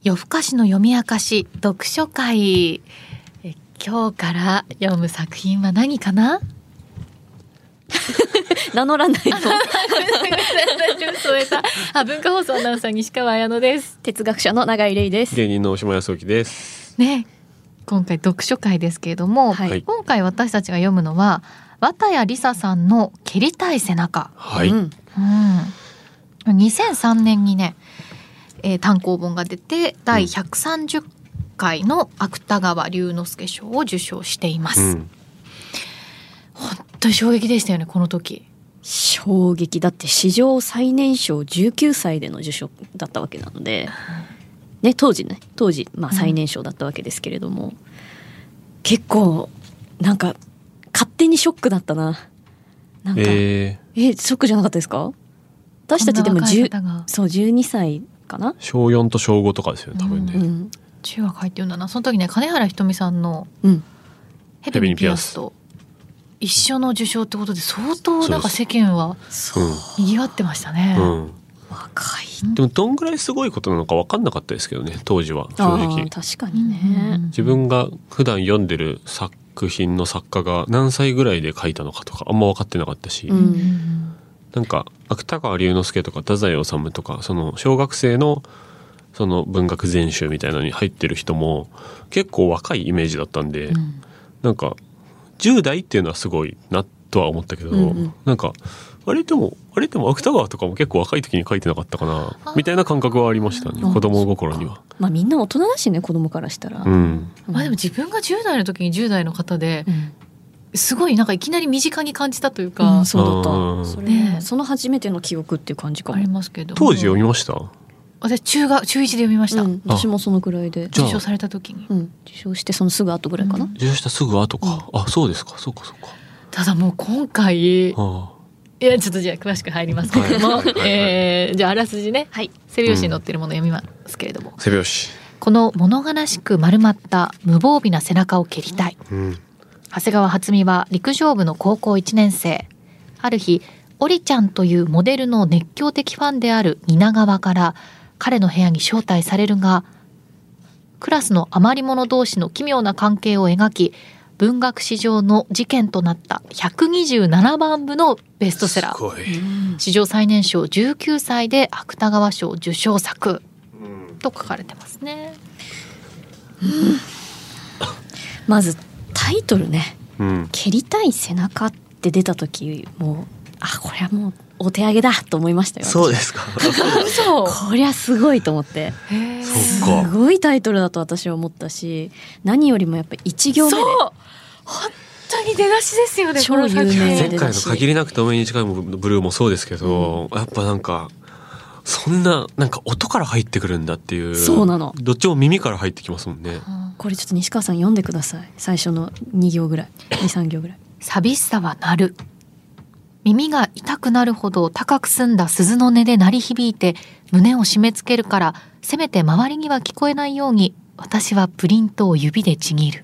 夜更かしの読み明かし読書会。今日から読む作品は何かな？ 名乗らないの添えた。文化放送アナウンサー西川彩乃です。 哲学者の永井玲です。 芸人の大島康之ですね。今回読書会ですけれども、 はい、 今回私たちが読むのは綿谷りささんの蹴りたい背中。 はい、 2003年にね、単行本が出て第130回の芥川龍之介賞を受賞しています、本当に衝撃でしたよね。この時衝撃だって、史上最年少19歳での受賞だったわけなので、ね、当時、最年少だったわけですけれども、結構なんか勝手にショックだったな。なんかショックじゃなかったですか？私たちでも12歳かな、 小4と小5とかですよね多分ね、 中学入ってるんだな。その時ね、金原ひとみさんのヘビにピアスと一緒の受賞ってことで、相当なんか世間は賑わってましたね。 若い。でもどんぐらいすごいことなのか分かんなかったですけどね、当時は。正直確かにね、 自分が普段読んでる作品の作家が何歳ぐらいで書いたのかとかあんま分かってなかったし、なんか芥川龍之介とか太宰治とか、その小学生のその文学全集みたいなのに入ってる人も結構若いイメージだったんで、なんか10代っていうのはすごいなとは思ったけど、なんかあれでも芥川とかも結構若い時に書いてなかったかなみたいな感覚はありましたね、子供心には。 まあみんな大人だしね、子供からしたら。 まあでも自分が10代の時に10代の方で、すごいなんかいきなり身近に感じたというか、 そうだった。その初めての記憶っていう感じかも。 ありますけど。 当時読みました？ 私中1で読みました、 私もそのくらいで受賞された時に、 受賞してそのすぐ後ぐらいかな、 受賞したすぐ後か、そうですか、そうか。 ただもう今回、いやちょっとじゃあ詳しく入りますけれども、じゃああらすじね、背表紙に載ってるものを読みますけれども、 背表紙。 この物悲しく丸まった無防備な背中を蹴りたい、長谷川初美は陸上部の高校1年生。ある日、オリちゃんというモデルの熱狂的ファンである蜷川から彼の部屋に招待されるが、クラスの余り者同士の奇妙な関係を描き、文学史上の事件となった127番部のベストセラー、史上最年少19歳で芥川賞受賞作と書かれてますね。 まずタイトルね、蹴りたい背中って出た時、もうこれはもうお手上げだと思いましたよ。 そうですか。 こりゃすごいと思って、すごいタイトルだと私は思ったし、何よりもやっぱり1行目で、 本当に出だしですよね。 超有名。 前回の限りなくとお目に近いブルーもそうですけど、やっぱなんかそんななんか音から入ってくるんだっていう。 そうなの。 どっちも耳から入ってきますもんね。 これちょっと西川さん読んでください。最初の2行ぐらい、2,3行ぐらい。 寂しさは鳴る。耳が痛くなるほど高く澄んだ鈴の音で鳴り響いて胸を締め付けるから、せめて周りには聞こえないように私はプリントを指でちぎる。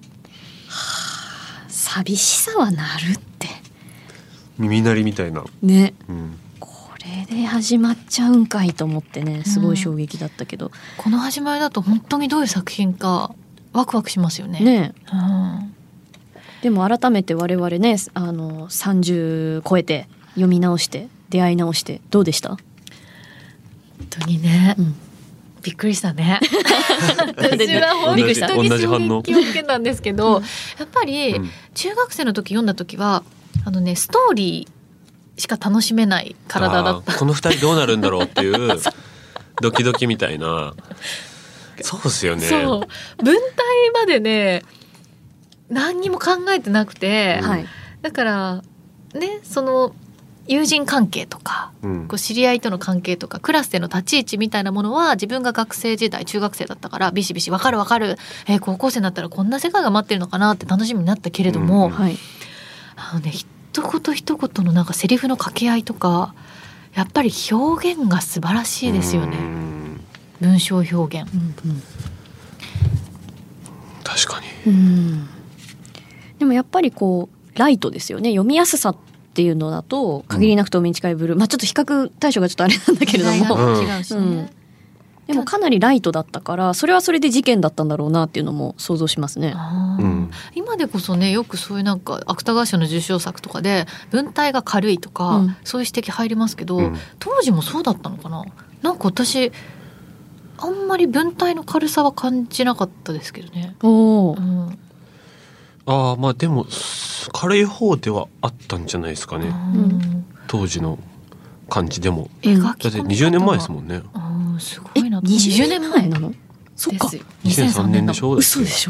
寂しさは鳴るって耳鳴りみたいなね、これで始まっちゃうんかいと思ってね、すごい衝撃だったけど、 この始まりだと本当にどういう作品かワクワクしますよね。 でも改めて我々ね、30超えて読み直して出会い直してどうでした？ 本当にね、びっくりしたね。私は本当に衝撃を受けたんですけど、やっぱり中学生の時読んだ時はストーリーしか楽しめない体だった。 この二人どうなるんだろうっていうドキドキみたいな。そうですよね。 そう、文体までね何にも考えてなくて、だからね、その友人関係とか、こう知り合いとの関係とかクラスでの立ち位置みたいなものは自分が学生時代中学生だったからビシビシ分かる、高校生になったらこんな世界が待ってるのかなって楽しみになったけれども、一言一言のなんかセリフの掛け合いとか、やっぱり表現が素晴らしいですよね。文章表現、 確かに。 でもやっぱりこうライトですよね。読みやすさっていうのだと限りなくとお目に近いブルー、ちょっと比較対象がちょっとあれなんだけれども、 違うしね。 でもかなりライトだったからそれはそれで事件だったんだろうなっていうのも想像しますね。 今でこそねよくそういうなんか芥川賞の受賞作とかで文体が軽いとか、そういう指摘入りますけど、当時もそうだったのかな。なんか私あんまり文体の軽さは感じなかったですけどね。 まあでも軽い方ではあったんじゃないですかね、当時の感じでも。だって20年前ですもんね。 すごいな。 20年前なの？そっか。 2003年でしょ。 嘘でしょ。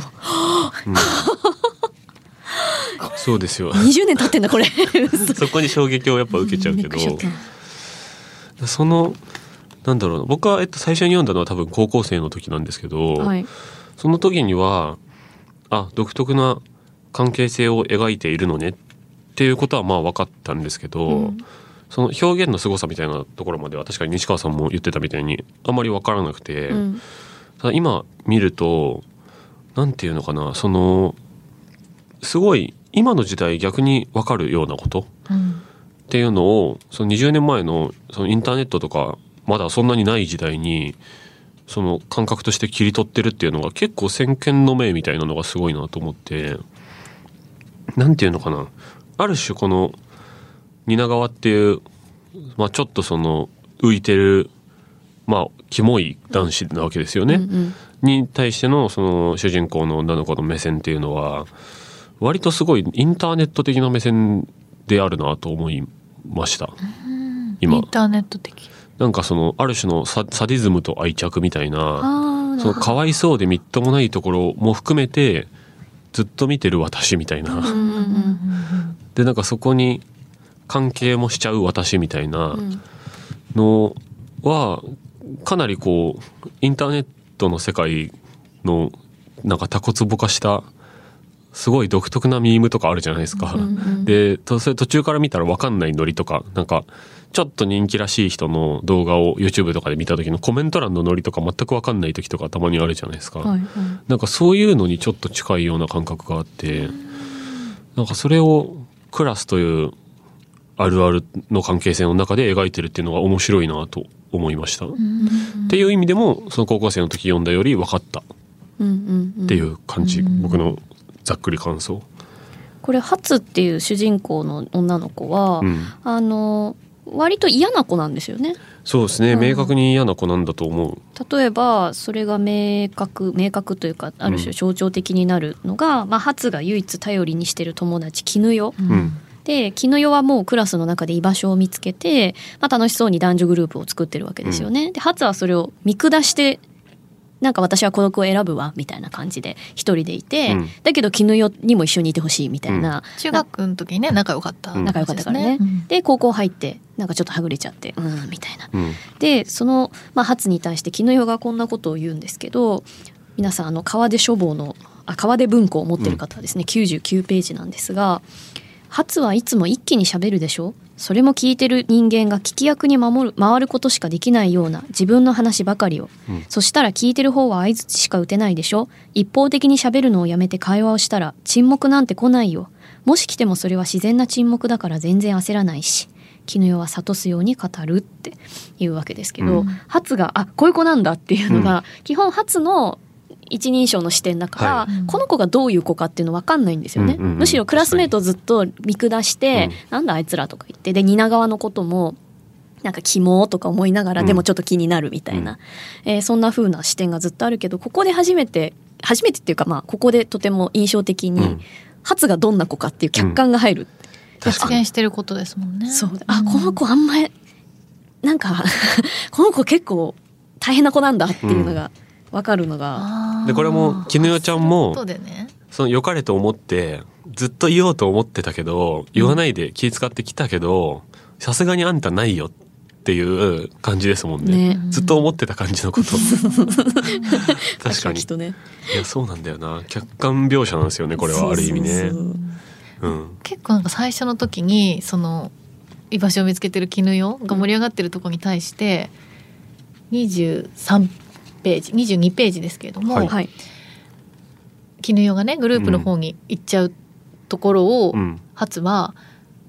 そうですよ。 20年経ってんだこれ。 そこに衝撃をやっぱ受けちゃうけど、そのなんだろうな、僕は最初に読んだのは多分高校生の時なんですけど、その時には独特な関係性を描いているのねっていうことはまあ分かったんですけど、その表現の凄さみたいなところまでは確かに西川さんも言ってたみたいにあんまり分からなくて、ただ今見るとなんていうのかな、そのすごい今の時代逆に分かるようなこと、っていうのをその20年前のそのインターネットとかまだそんなにない時代にその感覚として切り取ってるっていうのが結構先見の明みたいなのがすごいなと思って、なんていうのかな、ある種この蜷川っていう、ちょっとその浮いてるキモい男子なわけですよね、に対してのその主人公の女の子の目線っていうのは割とすごいインターネット的な目線であるなと思いました。今インターネット的なんかそのある種のサディズムと愛着みたいな、そのかわいそうでみっともないところも含めてずっと見てる私みたいな、でなんかそこに関係もしちゃう私みたいなのはかなりこうインターネットの世界のなんかタコツボ化したすごい独特なミームとかあるじゃないですか、でそれ途中から見たら分かんないノリとか、なんかちょっと人気らしい人の動画を YouTube とかで見た時のコメント欄のノリとか全く分かんない時とかたまにあるじゃないですか、なんかそういうのにちょっと近いような感覚があって、なんかそれをクラスというあるあるの関係性の中で描いてるっていうのが面白いなと思いました、っていう意味でもその高校生の時読んだより分かったっていう感じ、僕のざっくり感想。 これハツっていう主人公の女の子は、割と嫌な子なんですよね。 そうですね、明確に嫌な子なんだと思う。 例えばそれが明確というかある種象徴的になるのが、ハツが唯一頼りにしてる友達絹代、で絹代はもうクラスの中で居場所を見つけて、楽しそうに男女グループを作ってるわけですよね、でハツはそれを見下してなんか私は孤独を選ぶわみたいな感じで一人でいて、だけど絹代にも一緒にいてほしいみたいな、 中学の時にね仲良かったからね、で高校入ってなんかちょっとはぐれちゃってみたいな、でそのハツに対して絹代がこんなことを言うんですけど、皆さん川出書房の川出文庫を持ってる方はですね、99ページなんですが、ハツはいつも一気に喋るでしょ、それも聞いてる人間が聞き役に回ることしかできないような自分の話ばかりを、そしたら聞いてる方は相槌しか打てないでしょ、一方的に喋るのをやめて会話をしたら沈黙なんて来ないよ、もし来てもそれは自然な沈黙だから全然焦らないし、絹代は諭すように語るっていうわけですけど、ハツがこういう子なんだっていうのが、基本ハツの一人称の視点だから、この子がどういう子かっていうの分かんないんですよね、むしろクラスメートをずっと見下して、なんだあいつらとか言って、で蜷川のこともなんかキモとか思いながら、でもちょっと気になるみたいな、そんな風な視点がずっとあるけど、ここで初めてっていうか、ここでとても印象的に、ハツがどんな子かっていう客観が入る、 発言してることですもんね。 そう、この子あんまりなんかこの子結構大変な子なんだっていうのが分かるのが、 でこれも絹代ちゃんもその良かれと思ってずっと言おうと思ってたけど言わないで気遣ってきたけど、さすがにあんたないよっていう感じですもん ね、ずっと思ってた感じのこと確かにきっとね、 いやそうなんだよな、客観描写なんですよねこれはある意味ね。 結構なんか最初の時にその居場所を見つけてる絹代が盛り上がってるところに対して23ページ22ページですけれども、絹代がねグループの方に行っちゃうところを、ハツは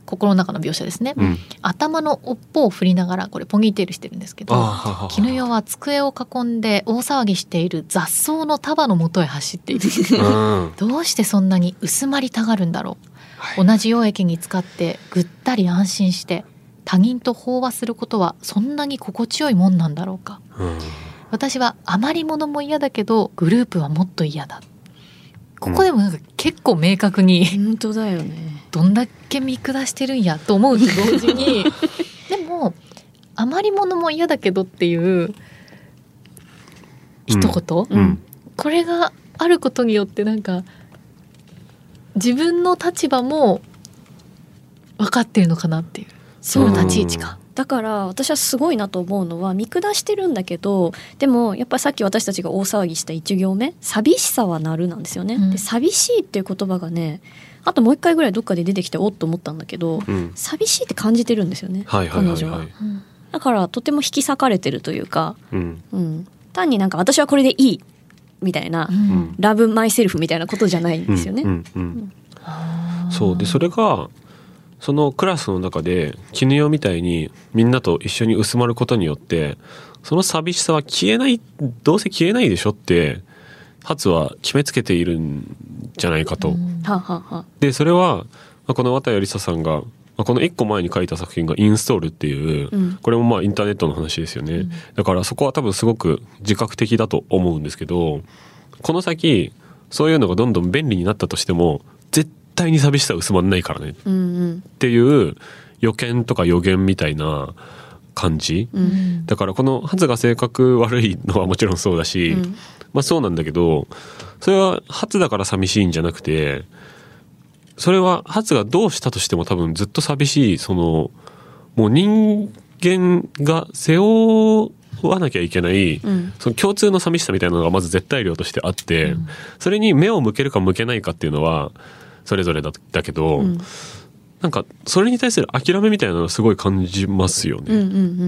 心の中の描写ですね、 うん、 頭の尾っぽを振りながらこれポニーテールしてるんですけど、絹代は机を囲んで大騒ぎしている雑草の束の元へ走っているどうしてそんなに薄まりたがるんだろう、はい、同じ溶液に使ってぐったり安心して他人と飽和することはそんなに心地よいもんなんだろうか、私は余り物も嫌だけどグループはもっと嫌だ。ここでもなんか結構明確に、 本当だよね、 どんだけ見下してるんやと思うと同時にでも余り物も嫌だけどっていう一言、これがあることによってなんか自分の立場も分かってるのかなっていう、その立ち位置か。 だから私はすごいなと思うのは見下してるんだけど、でもやっぱりさっき私たちが大騒ぎした1行目、寂しさはなるなんですよね、で寂しいっていう言葉がね、あともう一回ぐらいどっかで出てきておっと思ったんだけど、寂しいって感じてるんですよね、彼女は。だからとても引き裂かれてるというか、単になんか私はこれでいいみたいな、ラブマイセルフみたいなことじゃないんですよね。 そうで、それがそのクラスの中で絹代みたいにみんなと一緒に薄まることによってその寂しさは消えない、どうせ消えないでしょってハツは決めつけているんじゃないかと。でそれはこの綿谷りささんがこの1個前に書いた作品がインストールっていう、これもまあインターネットの話ですよね、だからそこは多分すごく自覚的だと思うんですけど、この先そういうのがどんどん便利になったとしても絶対に寂しさ薄まんないからね、っていう予見とか予言みたいな感じ、だからこのハツが性格悪いのはもちろんそうだし、まあそうなんだけど、それはハツだから寂しいんじゃなくて、それはハツがどうしたとしても多分ずっと寂しい、そのもう人間が背負わなきゃいけない、その共通の寂しさみたいなのがまず絶対量としてあって、それに目を向けるか向けないかっていうのはそれぞれだけど、なんかそれに対する諦めみたいなのをすごい感じますよね。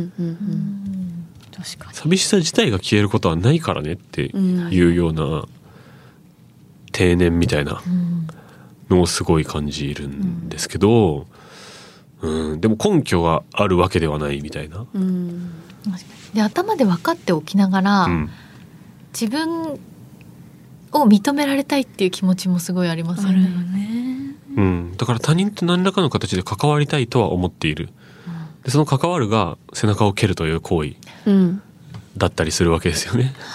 確かに寂しさ自体が消えることはないからねっていうような定年みたいなのをすごい感じるんですけど、でも根拠があるわけではないみたいな。 で頭で分かっておきながら、自分を認められたいっていう気持ちもすごいありますよね。 だから他人と何らかの形で関わりたいとは思っている。でその関わるが背中を蹴るという行為だったりするわけですよね。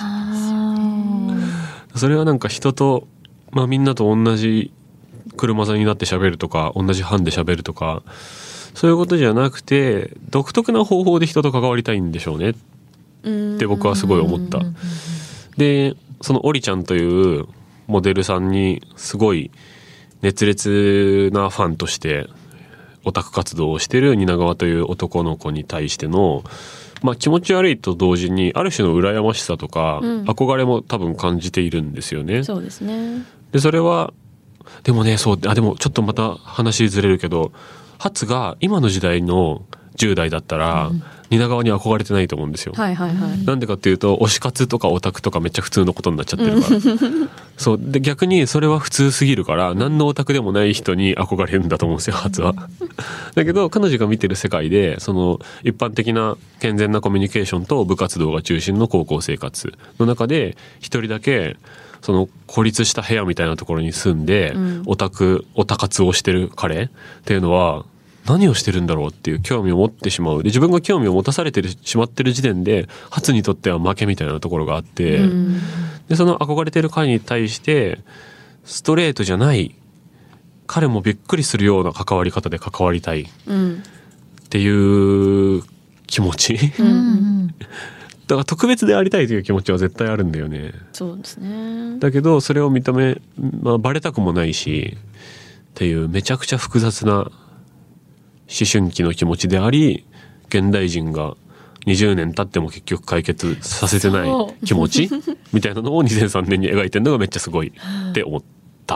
それはなんか人と、みんなと同じ車座になって喋るとか同じ班で喋るとかそういうことじゃなくて、独特な方法で人と関わりたいんでしょうねって僕はすごい思った。でそのオリちゃんというモデルさんにすごい熱烈なファンとしてオタク活動をしてる蜷川という男の子に対しての、気持ち悪いと同時にある種の羨ましさとか、憧れも多分感じているんですよね。 そうですね。 でそれはでもね、でもちょっとまた話ずれるけど、ハツが今の時代の10代だったら、蜷川に憧れてないと思うんですよ。なんでかっていうと推し活とかオタクとかめっちゃ普通のことになっちゃってるからそうで逆にそれは普通すぎるから何のオタクでもない人に憧れるんだと思うんですよ、ハツはだけど彼女が見てる世界でその一般的な健全なコミュニケーションと部活動が中心の高校生活の中で一人だけその孤立した部屋みたいなところに住んで、オタ活をしてる彼っていうのは何をしてるんだろうっていう興味を持ってしまう。で自分が興味を持たされてしまってる時点でハツにとっては負けみたいなところがあって、でその憧れてる彼に対してストレートじゃない彼もびっくりするような関わり方で関わりたいっていう気持ちだから特別でありたいという気持ちは絶対あるんだよね。 そうですね。 だけどそれを認め、バレたくもないしっていうめちゃくちゃ複雑な思春期の気持ちであり、現代人が20年経っても結局解決させてない気持ちみたいなのを2003年に描いてるのがめっちゃすごいって思った。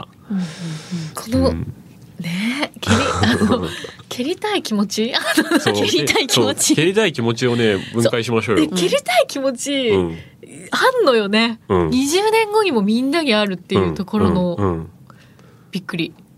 この、蹴りたい気持ち蹴りたい気持ち蹴りたい気持ちをね分解しましょうよ。 蹴りたい気持ち、あんのよね、20年後にもみんなにあるっていうところの、びっくり。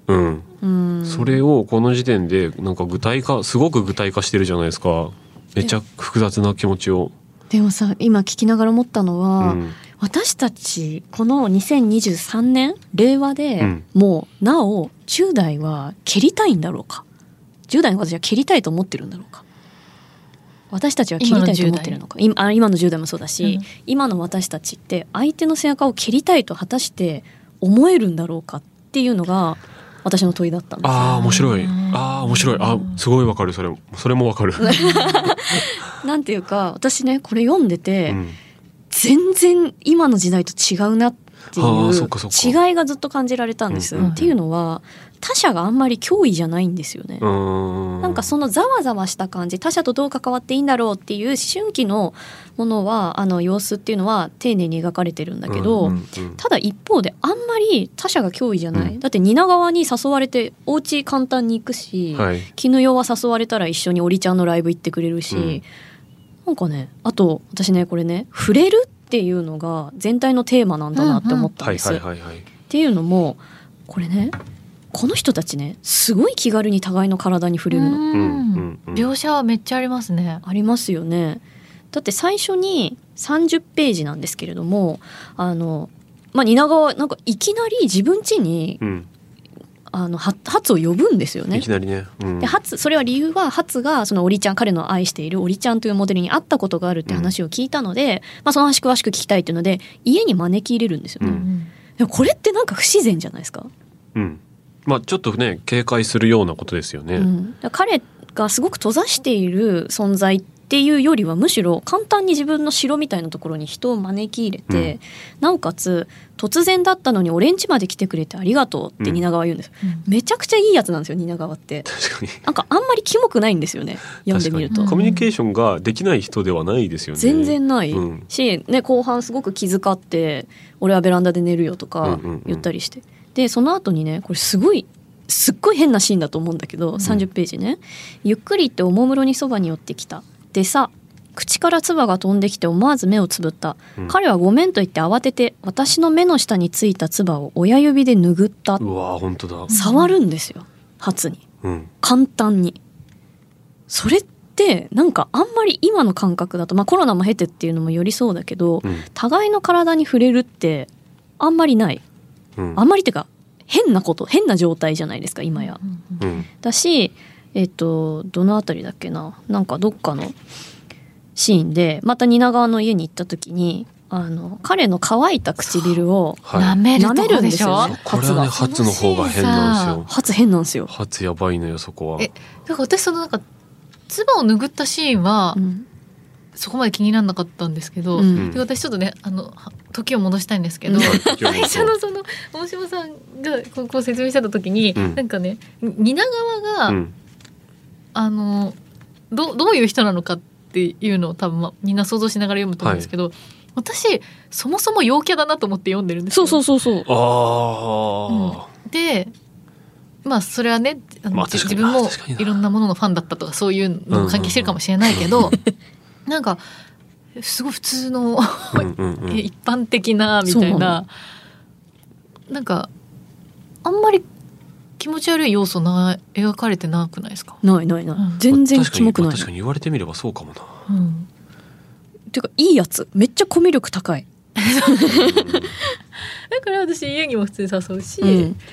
それをこの時点でなんかすごく具体化してるじゃないですか。めっちゃ複雑な気持ちを。 でもさ、今聞きながら思ったのは、私たちこの2023年令和で、もうなお10代は蹴りたいんだろうか、10代の私は蹴りたいと思ってるんだろうか、私たちは蹴りたいと思ってるのか、今の10代もそうだし、今の私たちって相手の背中を蹴りたいと果たして思えるんだろうかっていうのが私の問いだったんですよ。 面白い。面白い。すごいわかる。それもわかる。 なんていうか、私ねこれ読んでて、全然今の時代と違うなっていう違いがずっと感じられたんです、っていうのは他者があんまり脅威じゃないんですよね。なんかそのざわざわした感じ、他者とどう関わっていいんだろうっていう思春期のものは様子っていうのは丁寧に描かれてるんだけど、ただ一方であんまり他者が脅威じゃない、だって蜷川に誘われてお家簡単に行くし、絹代は誘われたら一緒にオリちゃんのライブ行ってくれるし、なんかね、あと私ねこれね、触れるっていうのが全体のテーマなんだなって思ったんです。っていうのもこれね、この人たちねすごい気軽に互いの体に触れるの。 描写はめっちゃありますね。 ありますよね。だって最初に30ページなんですけれども、蜷川なんかいきなり自分家に、ハツを呼ぶんですよね。 いきなりね。 でそれは理由はハツがそのオリちゃん、彼の愛しているオリちゃんというモデルに会ったことがあるって話を聞いたので、その話詳しく聞きたいっていうので家に招き入れるんですよね。でもこれってなんか不自然じゃないですか。 ちょっとね警戒するようなことですよね。 彼がすごく閉ざしている存在っていうよりはむしろ簡単に自分の城みたいなところに人を招き入れて、なおかつ突然だったのに俺ん家まで来てくれてありがとうって蜷川言うんです、めちゃくちゃいいやつなんですよ蜷川って。 確かになんかあんまりキモくないんですよね、読んでみると。 コミュニケーションができない人ではないですよね。 全然ない、し、ね、後半すごく気遣って俺はベランダで寝るよとか言ったりして、でその後にねこれすっごい変なシーンだと思うんだけど、30ページね、ゆっくりっておもむろにそばに寄ってきた。でさ、口から唾が飛んできて思わず目をつぶった、彼はごめんと言って慌てて私の目の下についた唾を親指で拭った。 うわ本当だ。 触るんですよ、ハツに、簡単に。それってなんかあんまり今の感覚だと、コロナも経てっていうのもよりそうだけど、互いの体に触れるってあんまりない、あんまりってか変な状態じゃないですか今や、だし、どのあたりだっけな、なんかどっかのシーンでまた蜷川の家に行った時に彼の乾いた唇を舐めるんですよね。 これはねハツの方が変なんですよ。 ハツ変なんですよ。 ハツやばいのよそこは。 だから私そのなんか唾を拭ったシーンは、そこまで気にならなかったんですけど、で私ちょっとね時を戻したいんですけど、最初のその大島さんがこう説明してた時に、なんかね蜷川が、どういう人なのかっていうのを多分、みんな想像しながら読むと思うんですけど、私そもそも陽キャだなと思って読んでるんですよ。 そうでそれはね自分もいろんなもののファンだったとかそういうのも関係してるかもしれないけど、なんかすごい普通の一般的なみたいな、なんかあんまり気持ち悪い要素描かれてなくないですか。 ない、全然キモくない。 確かに言われてみればそうかもな。 ていうかいいやつ、めっちゃコミュ力高い。 だから私家にも普通に誘うし、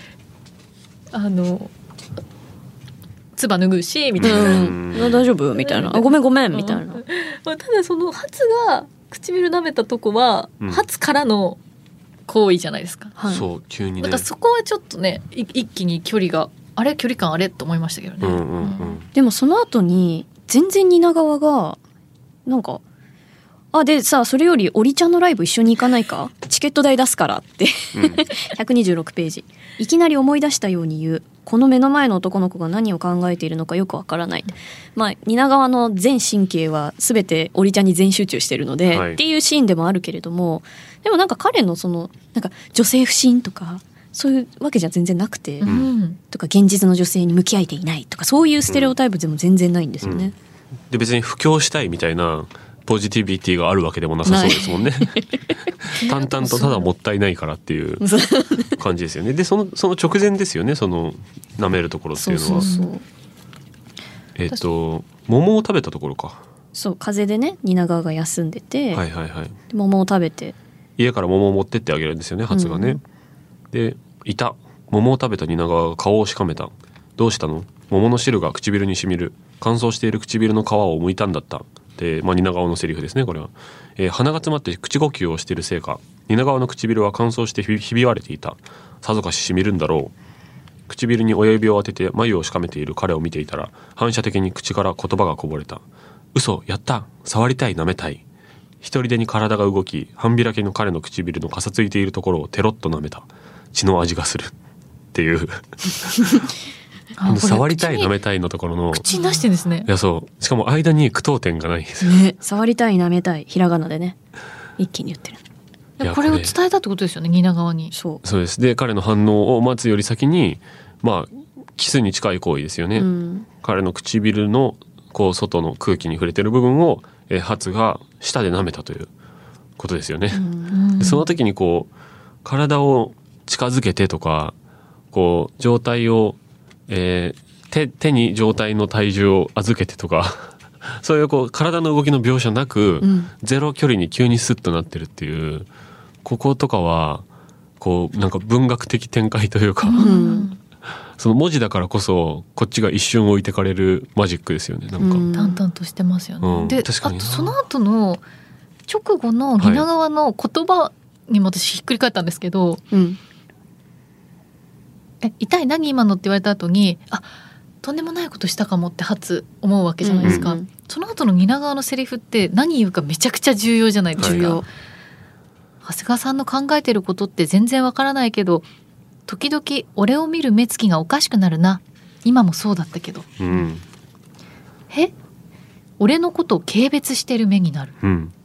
唾拭うしみたいな、 大丈夫みたいな、ごめんみたいな。 ただそのハツが唇舐めたとこは、ハツからの行為じゃないですか。 そう急にね。 だからそこはちょっとね一気に距離感あれと思いましたけどね。 でもその後に全然蜷川がなんかでさ、それよりオリちゃんのライブ一緒に行かないか、チケット代出すからって126ページ、いきなり思い出したように言う。この目の前の男の子が何を考えているのかよくわからない。蜷川の全神経は全てオリちゃんに全集中してるので、っていうシーンでもあるけれども、でもなんか彼のそのなんか女性不信とかそういうわけじゃ全然なくて、とか現実の女性に向き合えていないとかそういうステレオタイプでも全然ないんですよね。 で別に布教したいみたいなポジティビティがあるわけでもなさそうですもんね淡々とただもったいないからっていう感じですよね。でその直前ですよね、その舐めるところっていうのは。桃を食べたところか。 そう風邪でね蜷川が休んでて、 はいはいはい、 桃を食べて家から桃を持ってってあげるんですよね、初がね、でいた桃を食べた蜷川が顔をしかめた。どうしたの？桃の汁が唇にしみる。乾燥している唇の皮を剥いたんだった。で、蜷川のセリフですね、これは。鼻が詰まって口呼吸をしているせいか、蜷川の唇は乾燥してひび割れていた。さぞかししみるんだろう。唇に親指を当てて眉をしかめている彼を見ていたら、反射的に口から言葉がこぼれた。嘘、やった、触りたい、舐めたい。一人でに体が動き、半開きの彼の唇のかさついているところをテロッと舐めた。血の味がするっていう触りたい舐めたいのところの口に出してんですね。 いやそうしかも間に句読点がないんですよね。触りたい舐めたいひらがなでね一気に言ってる。 これを伝えたってことですよね、蜷川に。 そうです。で彼の反応を待つより先にまあキスに近い行為ですよね、彼の唇のこう外の空気に触れてる部分をハツが舌で舐めたということですよね、でその時にこう体を近づけてとかこう状態を、手に状態の体重を預けてとかそういうこう体の動きの描写なく、ゼロ距離に急にスッとなってるっていうこことかはこうなんか文学的展開というか、その文字だからこそこっちが一瞬置いてかれるマジックですよね。なんか淡々としてますよね、で確かにあとその後の直後の蜷川の言葉にも私ひっくり返ったんですけど、痛い何今のって言われた後にとんでもないことしたかもって初思うわけじゃないですか、その後の蜷川のセリフって何言うかめちゃくちゃ重要じゃないですか、長谷川さんの考えてることって全然わからないけど時々俺を見る目つきがおかしくなるな、今もそうだったけど、俺のことを軽蔑してる目になる、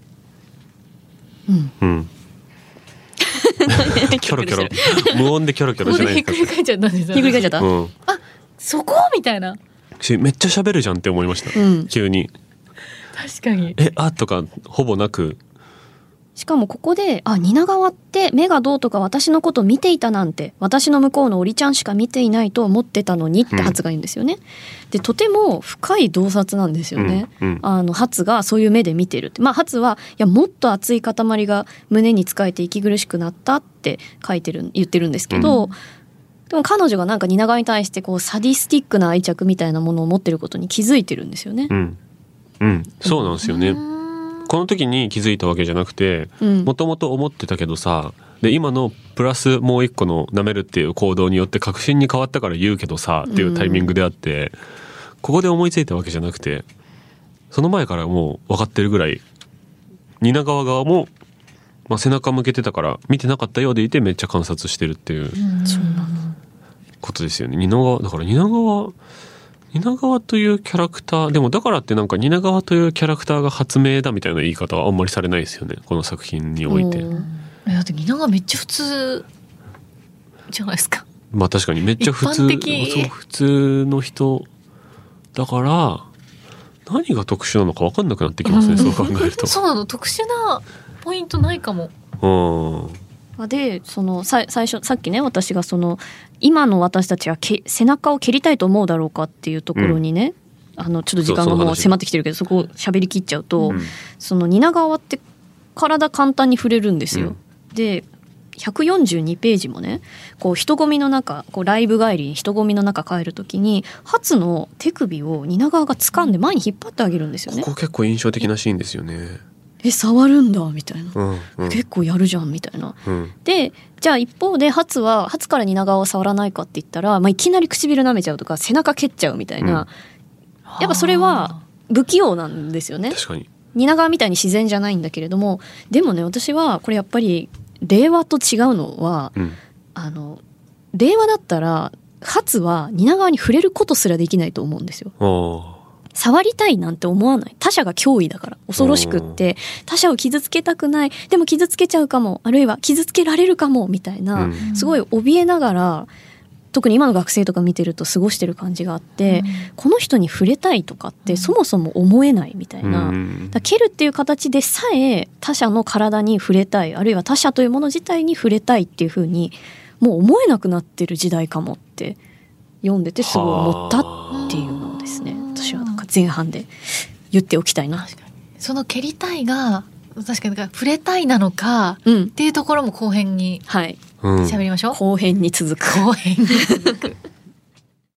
キョロキョロ無音でキョロキョロしないですか。 ひっくり返っちゃったんですよ。 ひっくり返っちゃった、 そこみたいな。 めっちゃ喋るじゃんって思いました、急に。 確かにとかほぼなく、 しかもここで蜷川って目がどうとか私のこと見ていたなんて、私の向こうのオリちゃんしか見ていないと思ってたのにってハツが言うんですよね、でとても深い洞察なんですよね、ハツがそういう目で見てるって。ハツはいやもっと熱い塊が胸につかえて息苦しくなったって言ってるんですけど、でも彼女がなんか蜷川に対してこうサディスティックな愛着みたいなものを持ってることに気づいてるんですよね。 そうなんですよね。この時に気づいたわけじゃなくて、もともと思ってたけどさ、で今のプラスもう一個の舐めるっていう行動によって確信に変わったから言うけどさっていうタイミングであって、ここで思いついたわけじゃなくて、その前からもう分かってるぐらい、蜷川側も、背中向けてたから見てなかったようでいてめっちゃ観察してるっていうことですよね。蜷川だから蜷川というキャラクターでも、だからってなんか蜷川というキャラクターが発明だみたいな言い方はあんまりされないですよね、この作品において。 だって蜷川めっちゃ普通じゃないですか。 確かにめっちゃ普通の人だから何が特殊なのか分かんなくなってきますね、そう考えると。 そうなの、特殊なポイントないかも。 でその最初さっきね、私がその今の私たちは背中を蹴りたいと思うだろうかっていうところにね、ちょっと時間がもう迫ってきてるけど、そこを喋り切っちゃうと、その蜷川って体簡単に触れるんですよ、で142ページもね、こう人混みの中、こうライブ帰りに人混みの中帰るときにハツの手首を蜷川が掴んで前に引っ張ってあげるんですよね。 ここ結構印象的なシーンですよね。 触るんだみたいな、結構やるじゃんみたいな、でじゃあ一方でハツから蜷川を触らないかって言ったら、いきなり唇舐めちゃうとか背中蹴っちゃうみたいな、やっぱそれは不器用なんですよね。 確かに蜷川みたいに自然じゃないんだけれども、でもね、私はこれやっぱり令和と違うのは、令和だったらハツは蜷川に触れることすらできないと思うんですよ。触りたいなんて思わない。他者が脅威だから恐ろしくって、他者を傷つけたくない、でも傷つけちゃうかも、あるいは傷つけられるかもみたいな、すごい怯えながら特に今の学生とか見てると過ごしてる感じがあって、この人に触れたいとかってそもそも思えないみたいな、だ蹴るっていう形でさえ他者の体に触れたい、あるいは他者というもの自体に触れたいっていう風にもう思えなくなってる時代かもって読んでてすごい思ったっていうのをですね、私はなんか前半で言っておきたいな。 確かにその蹴りたいが確かに触れたいなのかっていうところも後編に喋りましょう。 後編に続く。 後編に続く